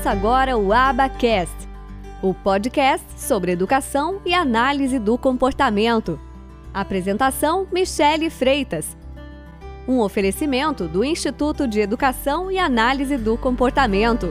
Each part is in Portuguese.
Começa agora o AbaCast, o podcast sobre educação e análise do comportamento. Apresentação: Michele Freitas. Um oferecimento do Instituto de Educação e Análise do Comportamento.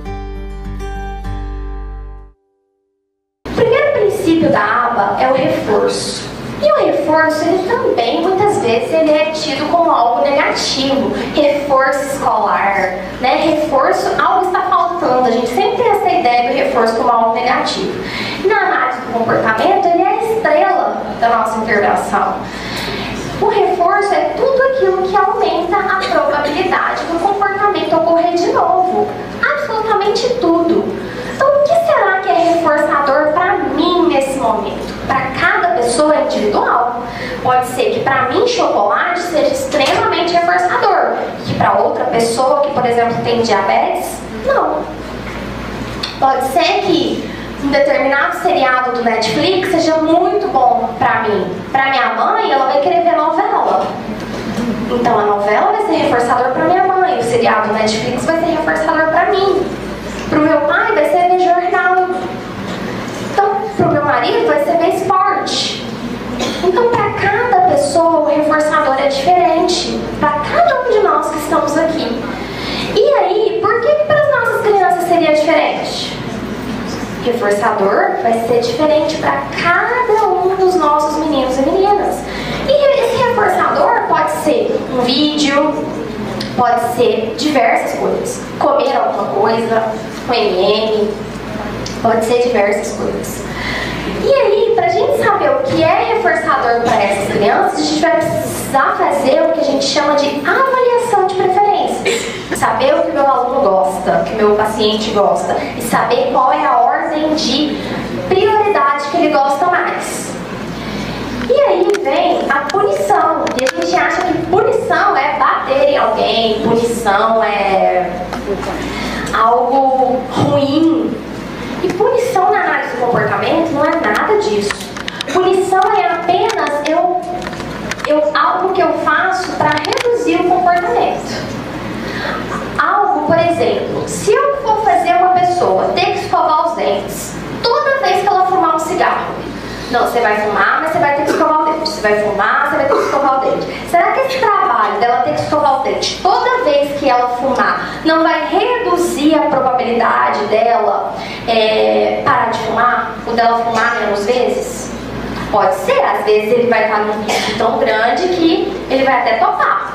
O primeiro princípio da ABA é o reforço. E o reforço, ele também, muitas vezes, ele é tido como algo negativo. Reforço escolar, né? Reforço, algo está faltando. A gente sempre tem essa ideia do reforço como algo negativo. E na análise do comportamento, ele é a estrela da nossa intervenção. O reforço é tudo aquilo que aumenta a probabilidade do comportamento ocorrer de novo. Absolutamente tudo. Então, o que será que é reforçador para mim nesse momento? Para cada pessoa é individual. Pode ser que para mim chocolate seja extremamente reforçador, que para outra pessoa que, por exemplo, tem diabetes, não. Pode ser que um determinado seriado do Netflix seja muito bom para mim. Para minha mãe, ela vai querer ver novela. Então a novela vai ser reforçador para minha mãe, o seriado do Netflix vai ser reforçador para mim. Para o meu pai vai ser ver jornal. Então, para o meu marido vai ser ver esporte. Então, para cada pessoa, o reforçador é diferente. Para cada um de nós que estamos aqui. E aí, por que para as nossas crianças seria diferente? Reforçador vai ser diferente para cada um dos nossos meninos e meninas. E esse reforçador pode ser um vídeo, pode ser diversas coisas. Comer alguma coisa, um MM, pode ser diversas coisas. E aí, para a gente saber o que é reforçador para essas crianças, a gente vai precisar fazer o que a gente chama de avaliação de preferências. Saber o que o meu aluno gosta, o que o meu paciente gosta, e saber qual é a ordem de prioridade que ele gosta mais. E aí vem a punição. E a gente acha que punição é bater em alguém, punição é algo ruim. E punição na análise do comportamento não é nada disso. Punição é apenas algo que eu faço para reduzir o comportamento. Algo, por exemplo, se eu for fazer uma pessoa ter que escovar os dentes toda vez que ela fumar um cigarro. Não, você vai fumar, mas você vai ter que escovar o dente. Você vai fumar, você vai ter que escovar o dente. Será que esse trabalho dela ter que escovar o dente toda vez que ela fumar não vai reduzir a probabilidade dela parar de fumar? Ou dela fumar menos vezes? Pode ser, às vezes ele vai estar num risco tão grande que ele vai até topar.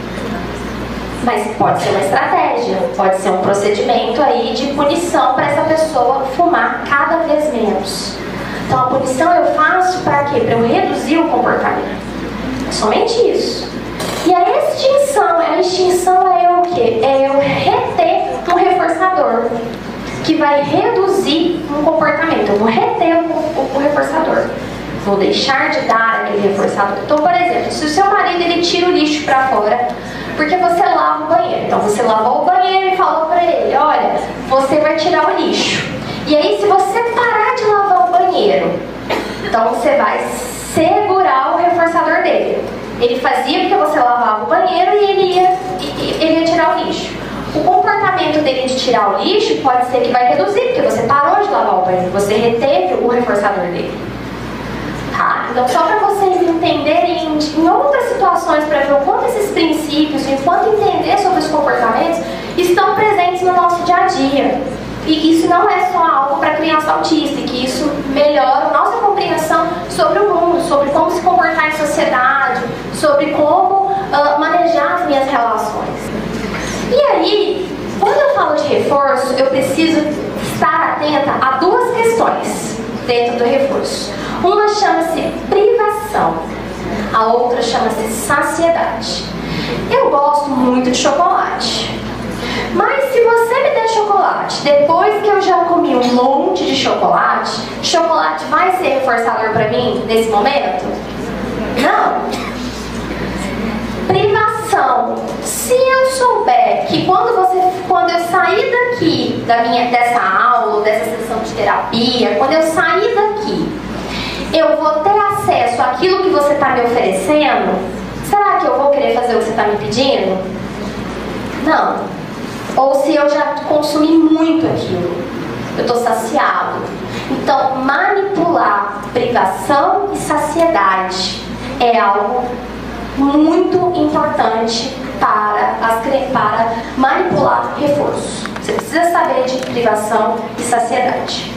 Mas pode ser uma estratégia, pode ser um procedimento aí de punição para essa pessoa fumar cada vez menos. Então a punição eu faço para quê? Para eu reduzir o comportamento. É somente isso. E a extinção é o quê? É eu reter um reforçador que vai reduzir um comportamento. Eu vou reter o reforçador. Vou deixar de dar aquele reforçador. Então, por exemplo, se o seu marido ele tira o lixo para fora porque você lava o banheiro. Então você lavou o banheiro e falou para ele: olha, você vai tirar o lixo. E aí, se você parar de lavar o banheiro, então você vai segurar o reforçador dele. Ele fazia porque você lavava o banheiro e ele ia tirar o lixo. O comportamento dele de tirar o lixo pode ser que vai reduzir, porque você parou de lavar o banheiro, você reteve o reforçador dele. Tá? Então, só para vocês entenderem em outras situações, para ver o quanto esses princípios, o quanto entender sobre os comportamentos estão presentes no nosso dia a dia. E isso não é só algo para criança autista, e que isso melhora a nossa compreensão sobre o mundo, sobre como se comportar em sociedade, sobre como manejar as minhas relações. E aí, quando eu falo de reforço, eu preciso estar atenta a duas questões dentro do reforço. Uma chama-se privação, a outra chama-se saciedade. Eu gosto muito de chocolate. Mas se você me der chocolate, depois que eu já comi um monte de chocolate, chocolate vai ser reforçador para mim nesse momento? Não. Privação. Se eu souber que quando eu sair daqui dessa aula, dessa sessão de terapia, quando eu sair daqui, eu vou ter acesso àquilo que você está me oferecendo, será que eu vou querer fazer o que você está me pedindo? Não. Ou se eu já consumi muito aquilo. eu estou saciado. Então, manipular privação e saciedade é algo muito importante para manipular reforço. Você precisa saber de privação e saciedade.